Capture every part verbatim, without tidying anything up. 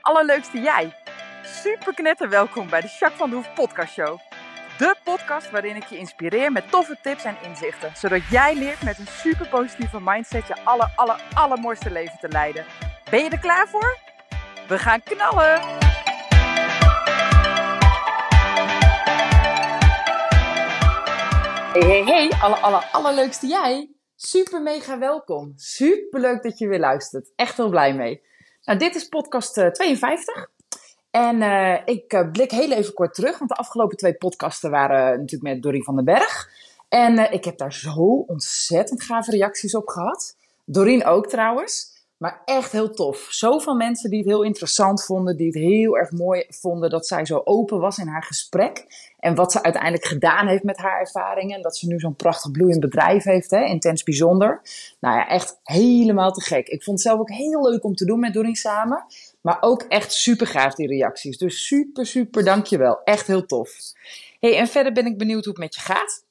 allerleukste jij. Super knetter welkom bij de Jacques van de Hoef podcast show. De podcast waarin ik je inspireer met toffe tips en inzichten. Zodat jij leert met een super positieve mindset je aller, aller, allermooiste leven te leiden. Ben je er klaar voor? We gaan knallen! Hey, hey, hey, aller, aller, allerleukste jij. Super mega welkom. Super leuk dat je weer luistert. Echt heel blij mee. Nou, dit is podcast uh, tweeënvijftig. En uh, ik uh, blik heel even kort terug. Want de afgelopen twee podcasten waren uh, natuurlijk met Dorien van den Berg. En uh, ik heb daar zo ontzettend gave reacties op gehad. Dorien ook trouwens. Maar echt heel tof. Zoveel mensen die het heel interessant vonden. Die het heel erg mooi vonden dat zij zo open was in haar gesprek. En wat ze uiteindelijk gedaan heeft met haar ervaringen. En dat ze nu zo'n prachtig bloeiend bedrijf heeft. Hè, Intens Bijzonder. Nou ja, echt helemaal te gek. Ik vond het zelf ook heel leuk om te doen met Dorien samen. Maar ook echt super gaaf die reacties. Dus super, super dankjewel. Echt heel tof. Hey, en verder ben ik benieuwd hoe het met je gaat.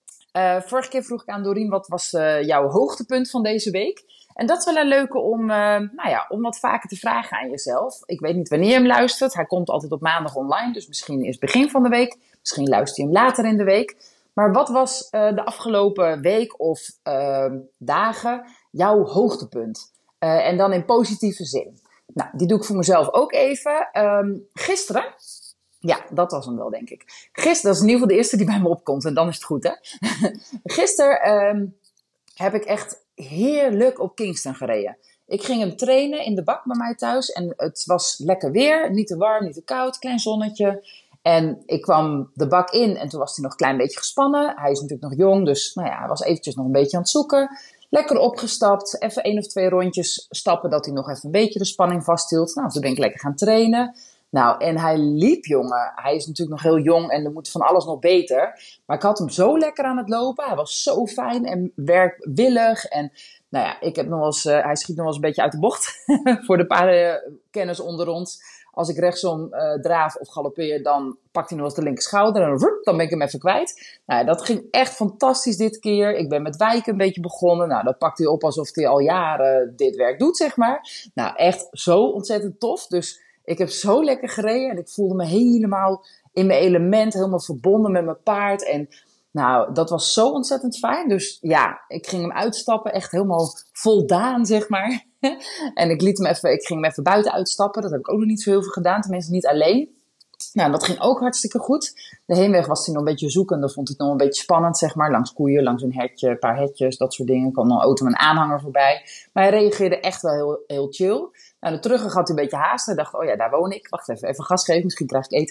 Uh, vorige keer vroeg ik aan Dorien, wat was uh, jouw hoogtepunt van deze week? En dat is wel een leuke om, uh, nou ja, om wat vaker te vragen aan jezelf. Ik weet niet wanneer je hem luistert. Hij komt altijd op maandag online. Dus misschien is het begin van de week. Misschien luister je hem later in de week. Maar wat was uh, de afgelopen week of uh, dagen jouw hoogtepunt? Uh, en dan in positieve zin. Nou, die doe ik voor mezelf ook even. Um, gisteren... Ja, dat was hem wel, denk ik. Gisteren, dat is in ieder geval de eerste die bij me opkomt. En dan is het goed, hè? Gisteren um, heb ik echt heerlijk op Kingston gereden. Ik ging hem trainen in de bak bij mij thuis. En het was lekker weer. Niet te warm, niet te koud. Klein zonnetje. En ik kwam de bak in en toen was hij nog een klein beetje gespannen. Hij is natuurlijk nog jong, dus nou ja, hij was eventjes nog een beetje aan het zoeken. Lekker opgestapt. Even één of twee rondjes stappen dat hij nog even een beetje de spanning vasthield. Nou, toen ben ik lekker gaan trainen. Nou, en hij liep, jongen. Hij is natuurlijk nog heel jong en er moet van alles nog beter. Maar ik had hem zo lekker aan het lopen. Hij was zo fijn en werkwillig. En nou ja, ik heb nog wel eens, uh, hij schiet nog wel eens een beetje uit de bocht. Voor de paardenkenners onder ons. Als ik rechtsom uh, draaf of galoppeer, dan pakt hij nog eens de linker schouder. En rup, dan ben ik hem even kwijt. Nou, dat ging echt fantastisch dit keer. Ik ben met wijken een beetje begonnen. Nou, dat pakt hij op alsof hij al jaren dit werk doet, zeg maar. Nou, echt zo ontzettend tof. Dus... ik heb zo lekker gereden en ik voelde me helemaal in mijn element, helemaal verbonden met mijn paard. En nou, dat was zo ontzettend fijn. Dus ja, ik ging hem uitstappen, echt helemaal voldaan, zeg maar. En ik liet hem even, ik ging hem even buiten uitstappen. Dat heb ik ook nog niet zo heel veel gedaan, tenminste niet alleen. Nou, dat ging ook hartstikke goed. De heenweg was hij nog een beetje zoekende, vond hij het nog een beetje spannend, zeg maar. Langs koeien, langs een hertje, een paar hetjes, dat soort dingen. Er kwam nog een auto met een aanhanger voorbij. Maar hij reageerde echt wel heel, heel chill. Nou, de terugweg had hij een beetje haast. Hij dacht, oh ja, daar woon ik. Wacht even, even gas geven, misschien krijg ik eten.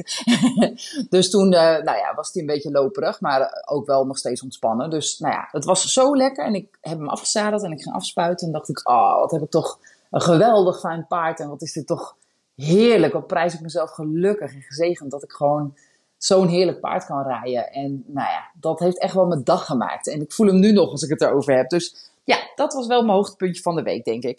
Dus toen, uh, nou ja, was hij een beetje loperig, maar ook wel nog steeds ontspannen. Dus, nou ja, het was zo lekker. En ik heb hem afgezadeld en ik ging afspuiten. En dacht ik, oh, wat heb ik toch een geweldig fijn paard. En wat is dit toch heerlijk. Wat prijs ik mezelf gelukkig en gezegend dat ik gewoon zo'n heerlijk paard kan rijden. En nou ja, dat heeft echt wel mijn dag gemaakt. En ik voel hem nu nog als ik het erover heb. Dus ja, dat was wel mijn hoogtepuntje van de week, denk ik.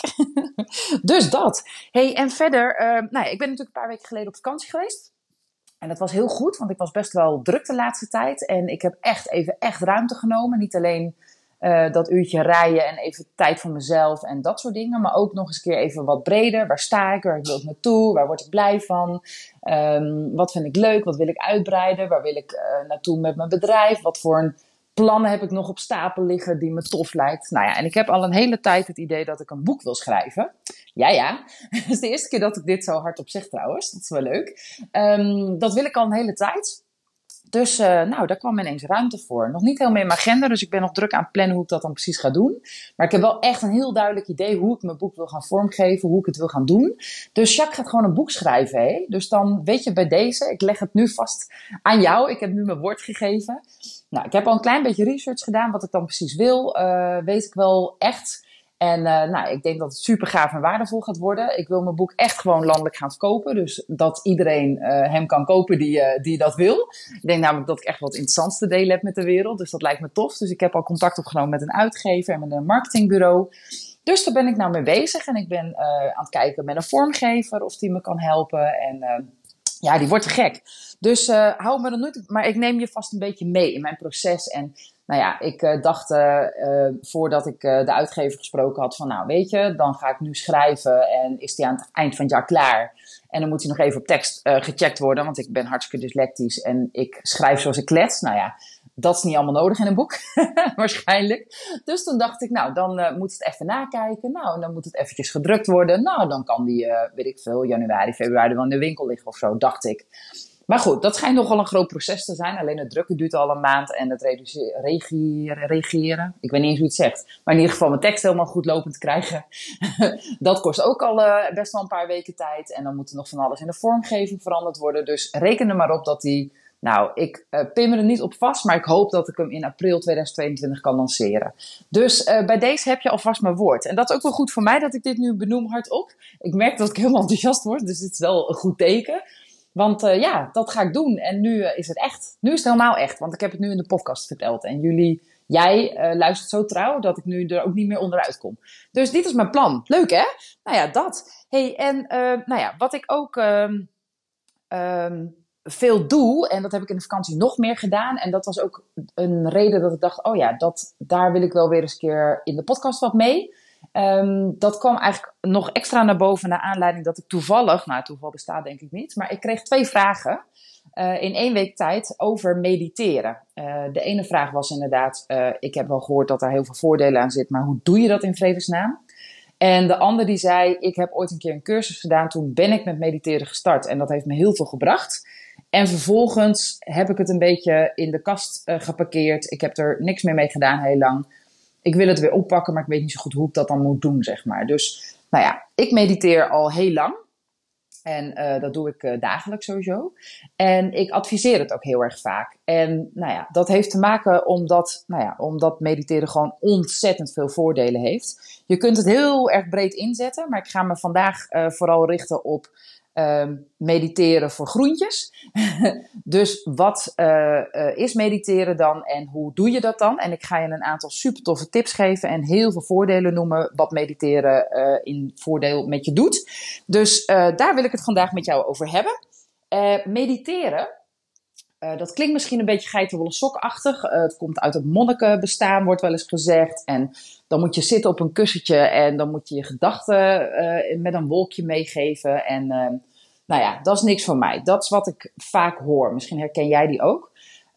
Dus dat. Hey, en verder, uh, nou ja, ik ben natuurlijk een paar weken geleden op vakantie geweest. En dat was heel goed, want ik was best wel druk de laatste tijd. En ik heb echt even echt ruimte genomen. Niet alleen uh, dat uurtje rijden en even tijd voor mezelf en dat soort dingen. Maar ook nog eens een keer even wat breder. Waar sta ik? Waar wil ik naartoe? Waar word ik blij van? Um, wat vind ik leuk? Wat wil ik uitbreiden? Waar wil ik uh, naartoe met mijn bedrijf? Wat voor een plannen heb ik nog op stapel liggen die me tof lijkt? Nou ja, en ik heb al een hele tijd het idee dat ik een boek wil schrijven. Ja, ja. Dat is de eerste keer dat ik dit zo hardop zeg trouwens. Dat is wel leuk. Um, dat wil ik al een hele tijd. Dus uh, nou, daar kwam ineens ruimte voor. Nog niet helemaal in mijn agenda, dus ik ben nog druk aan het plannen hoe ik dat dan precies ga doen. Maar ik heb wel echt een heel duidelijk idee hoe ik mijn boek wil gaan vormgeven, hoe ik het wil gaan doen. Dus Jacques gaat gewoon een boek schrijven, hè? Dus dan weet je bij deze, ik leg het nu vast aan jou. Ik heb nu mijn woord gegeven. Nou, ik heb al een klein beetje research gedaan, wat ik dan precies wil, uh, weet ik wel echt. En uh, nou, ik denk dat het super gaaf en waardevol gaat worden. Ik wil mijn boek echt gewoon landelijk gaan verkopen. Dus dat iedereen uh, hem kan kopen die, uh, die dat wil. Ik denk namelijk dat ik echt wat interessants te delen heb met de wereld. Dus dat lijkt me tof. Dus ik heb al contact opgenomen met een uitgever en met een marketingbureau. Dus daar ben ik nou mee bezig. En ik ben uh, aan het kijken met een vormgever of die me kan helpen. En uh, ja, die wordt te gek. Dus uh, hou me er nooit... Maar ik neem je vast een beetje mee in mijn proces. En Nou ja, ik uh, dacht uh, uh, voordat ik uh, de uitgever gesproken had van, nou weet je, dan ga ik nu schrijven en is die aan het eind van het jaar klaar. En dan moet hij nog even op tekst uh, gecheckt worden, want ik ben hartstikke dyslectisch en ik schrijf zoals ik klets. Nou ja, dat is niet allemaal nodig in een boek, waarschijnlijk. Dus toen dacht ik, nou, dan uh, moet het even nakijken. Nou, en dan moet het eventjes gedrukt worden. Nou, dan kan die, uh, weet ik veel, januari, februari wel in de winkel liggen of zo, dacht ik. Maar goed, dat schijnt nogal een groot proces te zijn. Alleen het drukken duurt al een maand en het regeren, regeren, ik weet niet eens hoe je het zegt. Maar in ieder geval mijn tekst helemaal goed lopend te krijgen. Dat kost ook al uh, best wel een paar weken tijd. En dan moet er nog van alles in de vormgeving veranderd worden. Dus reken er maar op dat die... Nou, ik uh, pin me er niet op vast, maar ik hoop dat ik hem in april tweeduizend tweeëntwintig kan lanceren. Dus uh, bij deze heb je alvast mijn woord. En dat is ook wel goed voor mij dat ik dit nu benoem hardop. Ik merk dat ik helemaal enthousiast word, dus dit is wel een goed teken. Want uh, ja, dat ga ik doen. En nu uh, is het echt. Nu is het helemaal echt, want ik heb het nu in de podcast verteld. En jullie, jij uh, luistert zo trouw dat ik nu er ook niet meer onderuit kom. Dus dit is mijn plan. Leuk hè? Nou ja, dat. Hey, en uh, nou ja, wat ik ook... Um, um, veel doe, en dat heb ik in de vakantie nog meer gedaan. En dat was ook een reden dat ik dacht, oh ja, dat, daar wil ik wel weer eens een keer in de podcast wat mee. Um, dat kwam eigenlijk nog extra naar boven naar aanleiding dat ik toevallig, nou toeval bestaat denk ik niet, maar ik kreeg twee vragen uh, in één week tijd over mediteren. Uh, de ene vraag was inderdaad, uh, ik heb wel gehoord dat er heel veel voordelen aan zit, maar hoe doe je dat in vredesnaam? En de ander die zei, ik heb ooit een keer een cursus gedaan, toen ben ik met mediteren gestart en dat heeft me heel veel gebracht. En vervolgens heb ik het een beetje in de kast uh, geparkeerd. Ik heb er niks meer mee gedaan heel lang. Ik wil het weer oppakken, maar ik weet niet zo goed hoe ik dat dan moet doen, zeg maar. Dus, nou ja, ik mediteer al heel lang. En uh, dat doe ik uh, dagelijks sowieso. En ik adviseer het ook heel erg vaak. En nou ja, dat heeft te maken omdat, nou ja, omdat mediteren gewoon ontzettend veel voordelen heeft. Je kunt het heel erg breed inzetten, maar ik ga me vandaag uh, vooral richten op... Um, mediteren voor groentjes. Dus wat uh, uh, is mediteren dan en hoe doe je dat dan? En ik ga je een aantal super toffe tips geven en heel veel voordelen noemen wat mediteren uh, in voordeel met je doet. Dus uh, daar wil ik het vandaag met jou over hebben. Uh, mediteren, uh, dat klinkt misschien een beetje geitenwolle sokachtig. Uh, het komt uit het monnikenbestaan, wordt wel eens gezegd. En dan moet je zitten op een kussentje en dan moet je je gedachten uh, met een wolkje meegeven. En uh, nou ja, dat is niks voor mij. Dat is wat ik vaak hoor. Misschien herken jij die ook.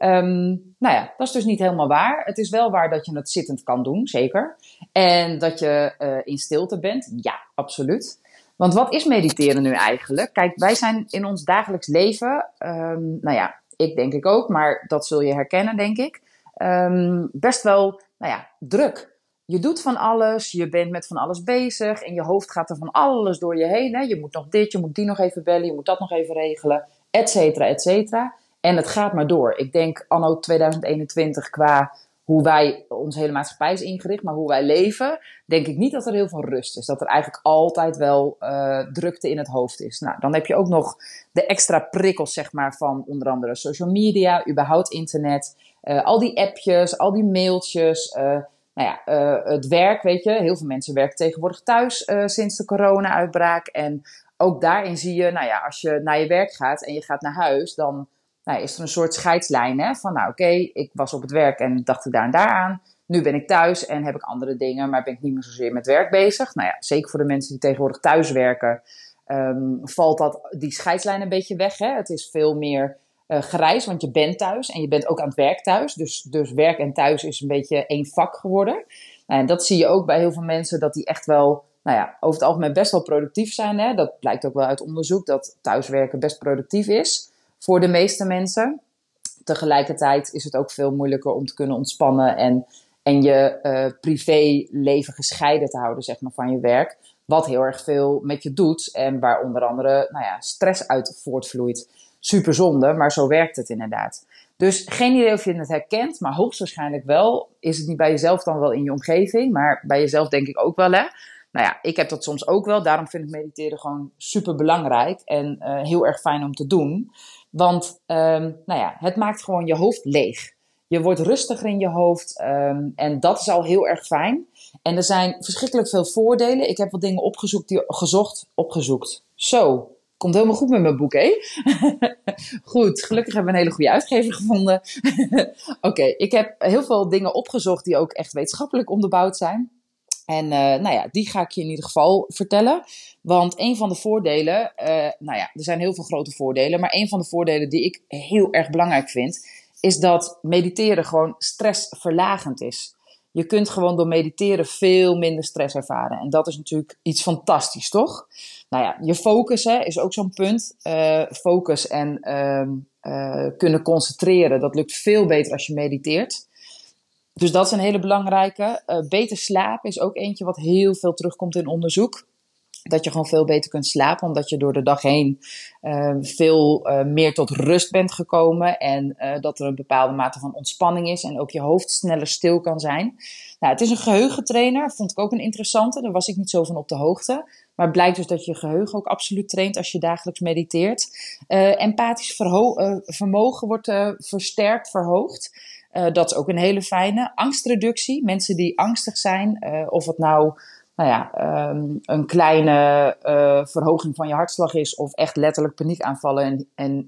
Um, nou ja, dat is dus niet helemaal waar. Het is wel waar dat je het zittend kan doen, zeker. En dat je uh, in stilte bent. Ja, absoluut. Want wat is mediteren nu eigenlijk? Kijk, wij zijn in ons dagelijks leven, um, nou ja, ik denk ik ook, maar dat zul je herkennen, denk ik. Um, best wel, nou ja, druk. Je doet van alles, je bent met van alles bezig en je hoofd gaat er van alles door je heen. Hè? Je moet nog dit, je moet die nog even bellen, je moet dat nog even regelen, et cetera, et cetera. En het gaat maar door. Ik denk anno tweeduizend eenentwintig qua hoe wij, onze hele maatschappij is ingericht, maar hoe wij leven, denk ik niet dat er heel veel rust is. Dat er eigenlijk altijd wel uh, drukte in het hoofd is. Nou, dan heb je ook nog de extra prikkels, zeg maar, van onder andere social media, überhaupt internet, uh, al die appjes, al die mailtjes, uh, nou ja, uh, het werk, weet je. Heel veel mensen werken tegenwoordig thuis uh, sinds de corona-uitbraak. En ook daarin zie je, nou ja, als je naar je werk gaat en je gaat naar huis, dan nou, is er een soort scheidslijn, hè, van nou oké, okay, ik was op het werk en dacht ik daar en daar aan. Nu ben ik thuis en heb ik andere dingen, maar ben ik niet meer zozeer met werk bezig. Nou ja, zeker voor de mensen die tegenwoordig thuis werken, um, valt dat, die scheidslijn een beetje weg. Hè? Het is veel meer uh, grijs, want je bent thuis en je bent ook aan het werk thuis. Dus, dus werk en thuis is een beetje één vak geworden. Nou, en dat zie je ook bij heel veel mensen, dat die echt wel, nou ja, over het algemeen best wel productief zijn. Hè? Dat blijkt ook wel uit onderzoek, dat thuiswerken best productief is voor de meeste mensen. Tegelijkertijd is het ook veel moeilijker om te kunnen ontspannen en, en je uh, privéleven gescheiden te houden, zeg maar, van je werk. Wat heel erg veel met je doet en waar onder andere, nou ja, stress uit voortvloeit. Super zonde, maar zo werkt het inderdaad. Dus geen idee of je het herkent, maar hoogstwaarschijnlijk wel. Is het niet bij jezelf dan wel in je omgeving, maar bij jezelf denk ik ook wel, hè. Nou ja, ik heb dat soms ook wel. Daarom vind ik mediteren gewoon super belangrijk en uh, heel erg fijn om te doen. Want um, nou ja, het maakt gewoon je hoofd leeg. Je wordt rustiger in je hoofd um, en dat is al heel erg fijn. En er zijn verschrikkelijk veel voordelen. Ik heb wat dingen opgezocht, die, gezocht, opgezocht. Zo, Komt helemaal goed met mijn boek, hè? Goed, gelukkig hebben we een hele goede uitgever gevonden. Oké, okay, ik heb heel veel dingen opgezocht die ook echt wetenschappelijk onderbouwd zijn. En uh, nou ja, die ga ik je in ieder geval vertellen. Want een van de voordelen, uh, nou ja, er zijn heel veel grote voordelen. Maar een van de voordelen die ik heel erg belangrijk vind, is dat mediteren gewoon stressverlagend is. Je kunt gewoon door mediteren veel minder stress ervaren. En dat is natuurlijk iets fantastisch, toch? Nou ja, je focus hè, is ook zo'n punt. Uh, focus en uh, uh, kunnen concentreren, dat lukt veel beter als je mediteert. Dus dat is een hele belangrijke. Uh, beter slapen is ook eentje wat heel veel terugkomt in onderzoek. Dat je gewoon veel beter kunt slapen, omdat je door de dag heen uh, veel uh, meer tot rust bent gekomen. En uh, dat er een bepaalde mate van ontspanning is en ook je hoofd sneller stil kan zijn. Nou, het is een geheugentrainer, vond ik ook een interessante. Daar was ik niet zo van op de hoogte. Maar het blijkt dus dat je geheugen ook absoluut traint als je dagelijks mediteert. Uh, empathisch verho- uh, vermogen wordt uh, versterkt, verhoogd. Uh, dat is ook een hele fijne. Angstreductie, mensen die angstig zijn, uh, of het nou... Nou ja, um, een kleine uh, verhoging van je hartslag is of echt letterlijk paniekaanvallen en, en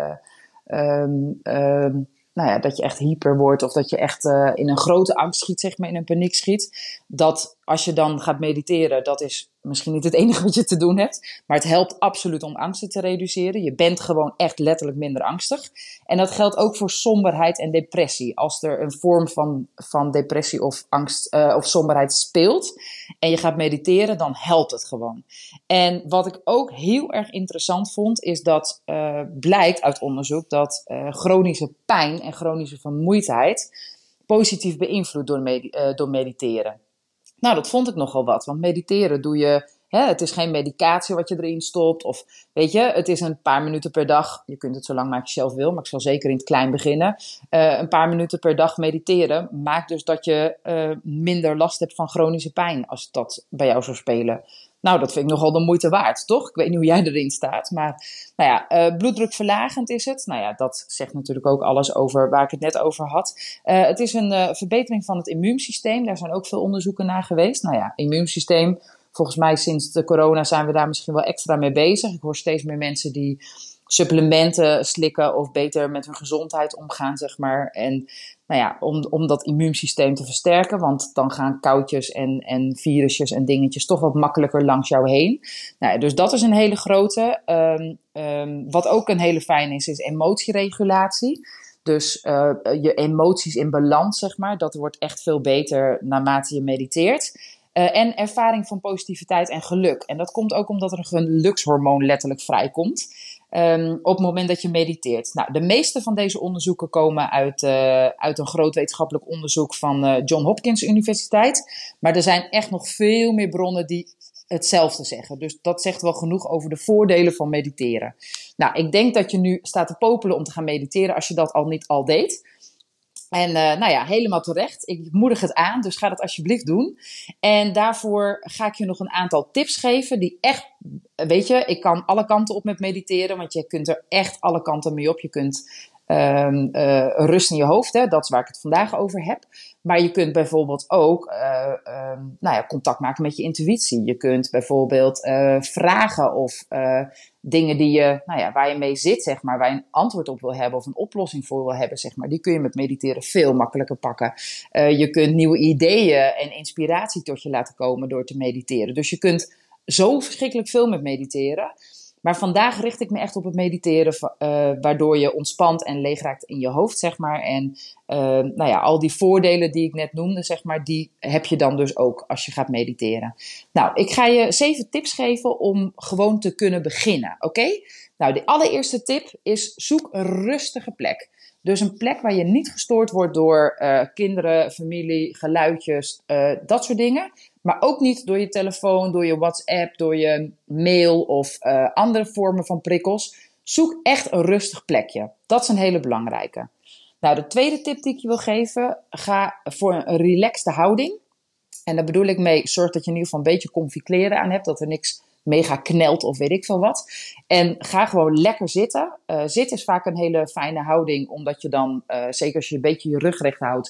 uh, um, um, nou ja, dat je echt hyper wordt of dat je echt uh, in een grote angst schiet, zeg maar, in een paniek schiet. Dat als je dan gaat mediteren, dat is misschien niet het enige wat je te doen hebt, maar het helpt absoluut om angsten te reduceren. Je bent gewoon echt letterlijk minder angstig. En dat geldt ook voor somberheid en depressie. Als er een vorm van, van depressie of angst uh, of somberheid speelt en je gaat mediteren, dan helpt het gewoon. En wat ik ook heel erg interessant vond, is dat uh, blijkt uit onderzoek dat uh, chronische pijn en chronische vermoeidheid positief beïnvloedt door, med- uh, door mediteren. Nou, dat vond ik nogal wat, want mediteren doe je, hè, het is geen medicatie wat je erin stopt, of weet je, het is een paar minuten per dag, je kunt het zo lang maken als je zelf wil, maar ik zal zeker in het klein beginnen, uh, een paar minuten per dag mediteren maakt dus dat je uh, minder last hebt van chronische pijn, als dat bij jou zou spelen. Nou, dat vind ik nogal de moeite waard, toch? Ik weet niet hoe jij erin staat, maar nou ja, uh, bloeddrukverlagend is het. Nou ja, dat zegt natuurlijk ook alles over waar ik het net over had. Uh, het is een uh, verbetering van het immuunsysteem. Daar zijn ook veel onderzoeken naar geweest. Nou ja, immuunsysteem, volgens mij sinds de corona zijn we daar misschien wel extra mee bezig. Ik hoor steeds meer mensen die supplementen slikken of beter met hun gezondheid omgaan, zeg maar. En nou ja, om, om dat immuunsysteem te versterken, want dan gaan koudjes en, en virusjes en dingetjes toch wat makkelijker langs jou heen. Nou ja, dus dat is een hele grote. Um, um, wat ook een hele fijne is, is emotieregulatie. Dus uh, je emoties in balans, zeg maar, dat wordt echt veel beter naarmate je mediteert. Uh, en ervaring van positiviteit en geluk. En dat komt ook omdat er een gelukshormoon letterlijk vrijkomt. Um, op het moment dat je mediteert. Nou, de meeste van deze onderzoeken komen uit, uh, uit een groot wetenschappelijk onderzoek van uh, John Hopkins Universiteit. Maar er zijn echt nog veel meer bronnen die hetzelfde zeggen. Dus dat zegt wel genoeg over de voordelen van mediteren. Nou, ik denk dat je nu staat te popelen om te gaan mediteren als je dat al niet al deed. En uh, nou ja, helemaal terecht. Ik moedig het aan, dus ga dat alsjeblieft doen. En daarvoor ga ik je nog een aantal tips geven die echt, weet je, ik kan alle kanten op met mediteren, want je kunt er echt alle kanten mee op. Je kunt um, uh, rust in je hoofd, hè, dat is waar ik het vandaag over heb. Maar je kunt bijvoorbeeld ook uh, um, nou ja, contact maken met je intuïtie. Je kunt bijvoorbeeld uh, vragen of uh, dingen die je, nou ja, waar je mee zit, zeg maar, waar je een antwoord op wil hebben of een oplossing voor wil hebben, zeg maar, die kun je met mediteren veel makkelijker pakken. Uh, je kunt nieuwe ideeën en inspiratie tot je laten komen door te mediteren. Dus je kunt zo verschrikkelijk veel met mediteren. Maar vandaag richt ik me echt op het mediteren, uh, waardoor je ontspant en leeg raakt in je hoofd, zeg maar. En uh, nou ja, al die voordelen die ik net noemde, zeg maar, die heb je dan dus ook als je gaat mediteren. Nou, ik ga je zeven tips geven om gewoon te kunnen beginnen, oké? Okay? Nou, de allereerste tip is zoek een rustige plek. Dus een plek waar je niet gestoord wordt door uh, kinderen, familie, geluidjes, uh, dat soort dingen. Maar ook niet door je telefoon, door je WhatsApp, door je mail of uh, andere vormen van prikkels. Zoek echt een rustig plekje. Dat is een hele belangrijke. Nou, de tweede tip die ik je wil geven, ga voor een relaxte houding. En daar bedoel ik mee, zorg dat je in ieder geval een beetje comfy kleren aan hebt, dat er niks mega knelt of weet ik veel wat. En ga gewoon lekker zitten. Uh, zitten is vaak een hele fijne houding, omdat je dan, uh, zeker als je een beetje je rug recht houdt,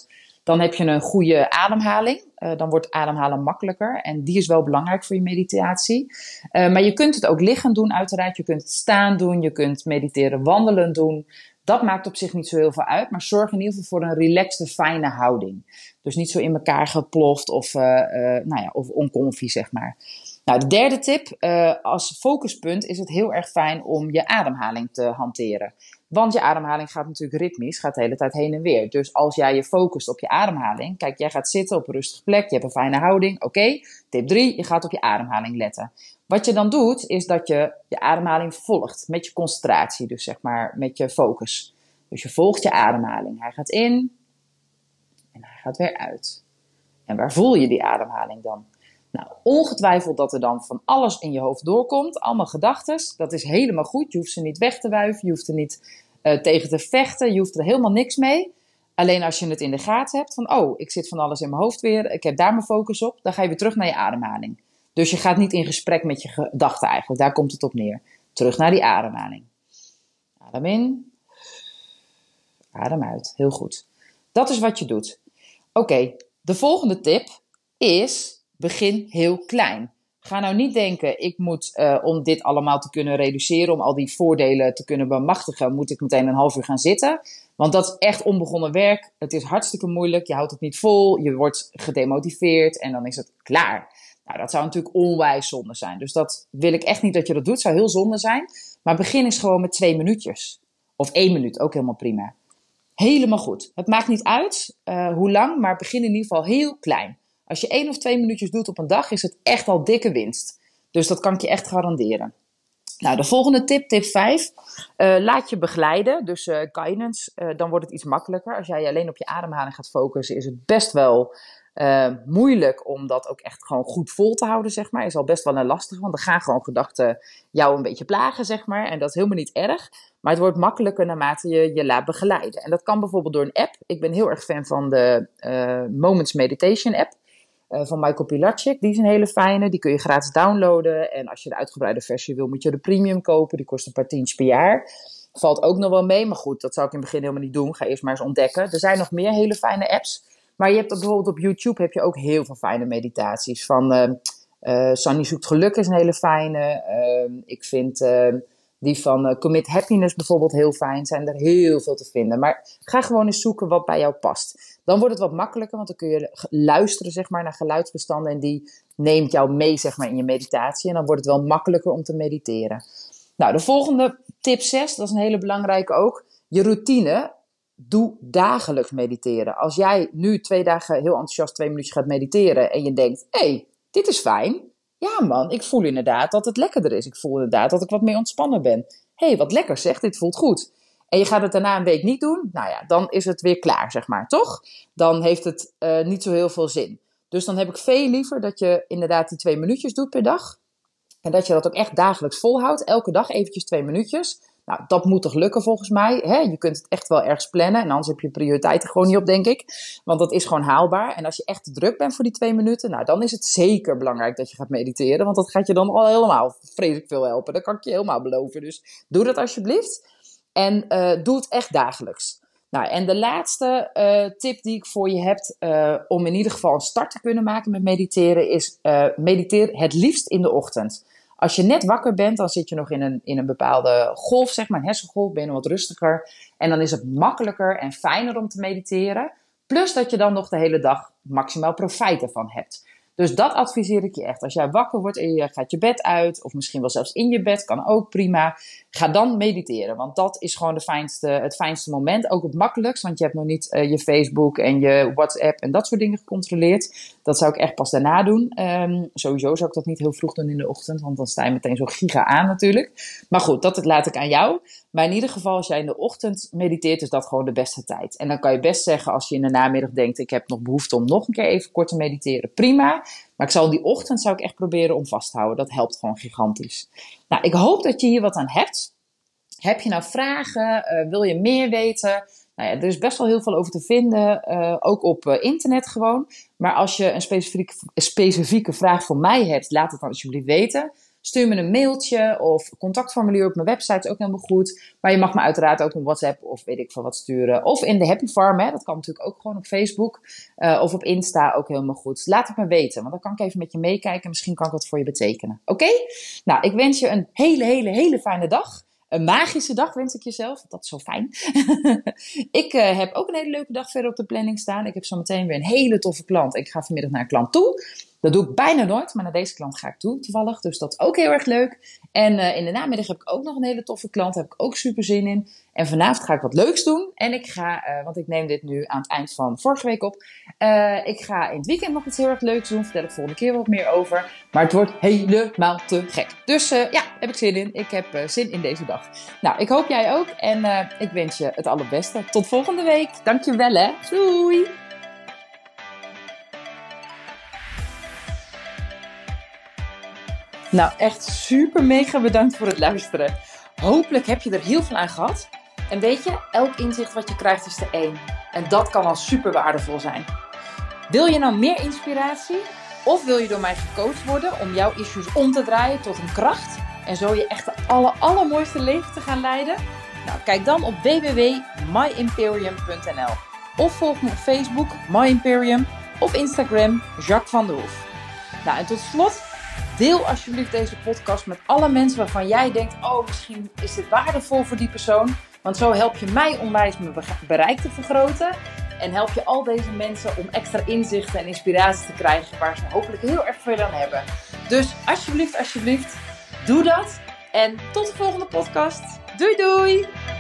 Dan heb je een goede ademhaling. Uh, dan wordt ademhalen makkelijker. En die is wel belangrijk voor je meditatie. Uh, maar je kunt het ook liggend doen uiteraard. Je kunt het staan doen. Je kunt mediteren wandelen doen. Dat maakt op zich niet zo heel veel uit. Maar zorg in ieder geval voor een relaxte, fijne houding. Dus niet zo in elkaar geploft of, uh, uh, nou ja, of oncomfy, zeg maar. Nou, de derde tip. Uh, als focuspunt is het heel erg fijn om je ademhaling te hanteren. Want je ademhaling gaat natuurlijk ritmisch, gaat de hele tijd heen en weer. Dus als jij je focust op je ademhaling. Kijk, jij gaat zitten op een rustige plek. Je hebt een fijne houding. Oké. Okay. Tip drie. Je gaat op je ademhaling letten. Wat je dan doet, is dat je je ademhaling volgt. Met je concentratie. Dus zeg maar met je focus. Dus je volgt je ademhaling. Hij gaat in. En hij gaat weer uit. En waar voel je die ademhaling dan? Nou, ongetwijfeld dat er dan van alles in je hoofd doorkomt. Allemaal gedachten. Dat is helemaal goed. Je hoeft ze niet weg te wuiven. Je hoeft er niet uh, tegen te vechten. Je hoeft er helemaal niks mee. Alleen als je het in de gaten hebt. Van, oh, ik zit van alles in mijn hoofd weer. Ik heb daar mijn focus op. Dan ga je weer terug naar je ademhaling. Dus je gaat niet in gesprek met je gedachten eigenlijk. Daar komt het op neer. Terug naar die ademhaling. Adem in. Adem uit. Heel goed. Dat is wat je doet. Oké, okay, de volgende tip is... Begin heel klein. Ga nou niet denken, ik moet uh, om dit allemaal te kunnen reduceren, om al die voordelen te kunnen bemachtigen, moet ik meteen een half uur gaan zitten. Want dat is echt onbegonnen werk. Het is hartstikke moeilijk. Je houdt het niet vol. Je wordt gedemotiveerd en dan is het klaar. Nou, dat zou natuurlijk onwijs zonde zijn. Dus dat wil ik echt niet dat je dat doet. Het zou heel zonde zijn. Maar begin eens gewoon met twee minuutjes. Of één minuut, ook helemaal prima. Helemaal goed. Het maakt niet uit uh, hoe lang, maar begin in ieder geval heel klein. Als je één of twee minuutjes doet op een dag, is het echt al dikke winst. Dus dat kan ik je echt garanderen. Nou, de volgende tip, tip vijf. Uh, laat je begeleiden, dus uh, guidance. Uh, dan wordt het iets makkelijker. Als jij alleen op je ademhaling gaat focussen, is het best wel uh, moeilijk om dat ook echt gewoon goed vol te houden, zeg maar. Is al best wel een lastig, want dan gaan gewoon gedachten jou een beetje plagen, zeg maar. En dat is helemaal niet erg. Maar het wordt makkelijker naarmate je je laat begeleiden. En dat kan bijvoorbeeld door een app. Ik ben heel erg fan van de uh, Moments Meditation app. Uh, van Michael Pilarczyk, die is een hele fijne. Die kun je gratis downloaden. En als je de uitgebreide versie wil, moet je de premium kopen. Die kost een paar tientjes per jaar. Valt ook nog wel mee, maar goed, dat zou ik in het begin helemaal niet doen. Ga eerst maar eens ontdekken. Er zijn nog meer hele fijne apps. Maar je hebt ook, bijvoorbeeld op YouTube heb je ook heel veel fijne meditaties. Van uh, uh, Sunny Zoekt Geluk is een hele fijne. Uh, ik vind... Uh, Die van uh, Commit Happiness bijvoorbeeld heel fijn. Zijn er heel veel te vinden. Maar ga gewoon eens zoeken wat bij jou past. Dan wordt het wat makkelijker. Want dan kun je luisteren zeg maar, naar geluidsbestanden. En die neemt jou mee zeg maar, in je meditatie. En dan wordt het wel makkelijker om te mediteren. Nou, de volgende tip zes. Dat is een hele belangrijke ook. Je routine. Doe dagelijks mediteren. Als jij nu twee dagen heel enthousiast twee minuutjes gaat mediteren. En je denkt, hé, hey, dit is fijn. Ja man, ik voel inderdaad dat het lekkerder is. Ik voel inderdaad dat ik wat meer ontspannen ben. Hé, hey, wat lekker zeg, dit voelt goed. En je gaat het daarna een week niet doen. Nou ja, dan is het weer klaar, zeg maar, toch? Dan heeft het uh, niet zo heel veel zin. Dus dan heb ik veel liever dat je inderdaad die twee minuutjes doet per dag. En dat je dat ook echt dagelijks volhoudt. Elke dag eventjes twee minuutjes. Nou, dat moet toch lukken volgens mij. Hè? Je kunt het echt wel ergens plannen. En anders heb je prioriteiten gewoon niet op, denk ik. Want dat is gewoon haalbaar. En als je echt te druk bent voor die twee minuten. Nou, dan is het zeker belangrijk dat je gaat mediteren. Want dat gaat je dan al helemaal vreselijk veel helpen. Dat kan ik je helemaal beloven. Dus doe dat alsjeblieft. En uh, doe het echt dagelijks. Nou, en de laatste uh, tip die ik voor je heb. Uh, om in ieder geval een start te kunnen maken met mediteren. Is uh, mediteer het liefst in de ochtend. Als je net wakker bent, dan zit je nog in een, in een bepaalde golf, zeg maar, een hersengolf, ben je nog wat rustiger. En dan is het makkelijker en fijner om te mediteren. Plus dat je dan nog de hele dag maximaal profijt ervan hebt. Dus dat adviseer ik je echt. Als jij wakker wordt en je gaat je bed uit, of misschien wel zelfs in je bed, kan ook prima. Ga dan mediteren, want dat is gewoon de fijnste, het fijnste moment. Ook het makkelijkst, want je hebt nog niet uh, je Facebook en je WhatsApp en dat soort dingen gecontroleerd. Dat zou ik echt pas daarna doen. Um, sowieso zou ik dat niet heel vroeg doen in de ochtend, want dan sta je meteen zo giga aan natuurlijk. Maar goed, dat laat ik aan jou. Maar in ieder geval, als jij in de ochtend mediteert, is dat gewoon de beste tijd. En dan kan je best zeggen, als je in de namiddag denkt, ik heb nog behoefte om nog een keer even kort te mediteren, prima. Maar ik zal die ochtend zou ik echt proberen om vast te houden. Dat helpt gewoon gigantisch. Nou, ik hoop dat je hier wat aan hebt. Heb je nou vragen? Uh, wil je meer weten? Nou ja, er is best wel heel veel over te vinden. Uh, ook op uh, internet gewoon. Maar als je een specifieke, specifieke vraag voor mij hebt, laat het dan alsjeblieft weten. stuur me een mailtje of contactformulier op mijn website is ook helemaal goed. Maar je mag me uiteraard ook een WhatsApp of weet ik veel wat sturen. Of in de Happy Farm, hè. Dat kan natuurlijk ook gewoon op Facebook uh, of op Insta ook helemaal goed. Dus laat het me weten, want dan kan ik even met je meekijken. Misschien kan ik wat voor je betekenen. Oké? Okay? Nou, ik wens je een hele, hele, hele fijne dag. Een magische dag wens ik jezelf. Dat is zo fijn. ik uh, heb ook een hele leuke dag verder op de planning staan. Ik heb zo meteen weer een hele toffe klant. Ik ga vanmiddag naar een klant toe. Dat doe ik bijna nooit, maar naar deze klant ga ik toe toevallig. Dus dat is ook heel erg leuk. En uh, in de namiddag heb ik ook nog een hele toffe klant. Daar heb ik ook super zin in. En vanavond ga ik wat leuks doen. En ik ga, uh, want ik neem dit nu aan het eind van vorige week op. Uh, ik ga in het weekend nog iets heel erg leuks doen. Vertel ik volgende keer wat meer over. Maar het wordt helemaal te gek. Dus uh, ja, heb ik zin in. Ik heb uh, zin in deze dag. Nou, ik hoop jij ook. En uh, ik wens je het allerbeste. Tot volgende week. Dankjewel hè. Doei. Nou, echt super mega bedankt voor het luisteren. Hopelijk heb je er heel veel aan gehad. En weet je, elk inzicht wat je krijgt is er één. En dat kan al super waardevol zijn. Wil je nou meer inspiratie? Of wil je door mij gecoacht worden om jouw issues om te draaien tot een kracht? En zo je echt de aller, allermooiste leven te gaan leiden? Nou, kijk dan op w w w punt my imperium punt n l. Of volg me op Facebook, MyImperium. Of Instagram, Jacques van der Hoef. Nou, en tot slot... Deel alsjeblieft deze podcast met alle mensen waarvan jij denkt... oh, misschien is dit waardevol voor die persoon. Want zo help je mij onwijs mijn bereik te vergroten. En help je al deze mensen om extra inzichten en inspiratie te krijgen... waar ze hopelijk heel erg veel aan hebben. Dus alsjeblieft, alsjeblieft, doe dat. En tot de volgende podcast. Doei doei!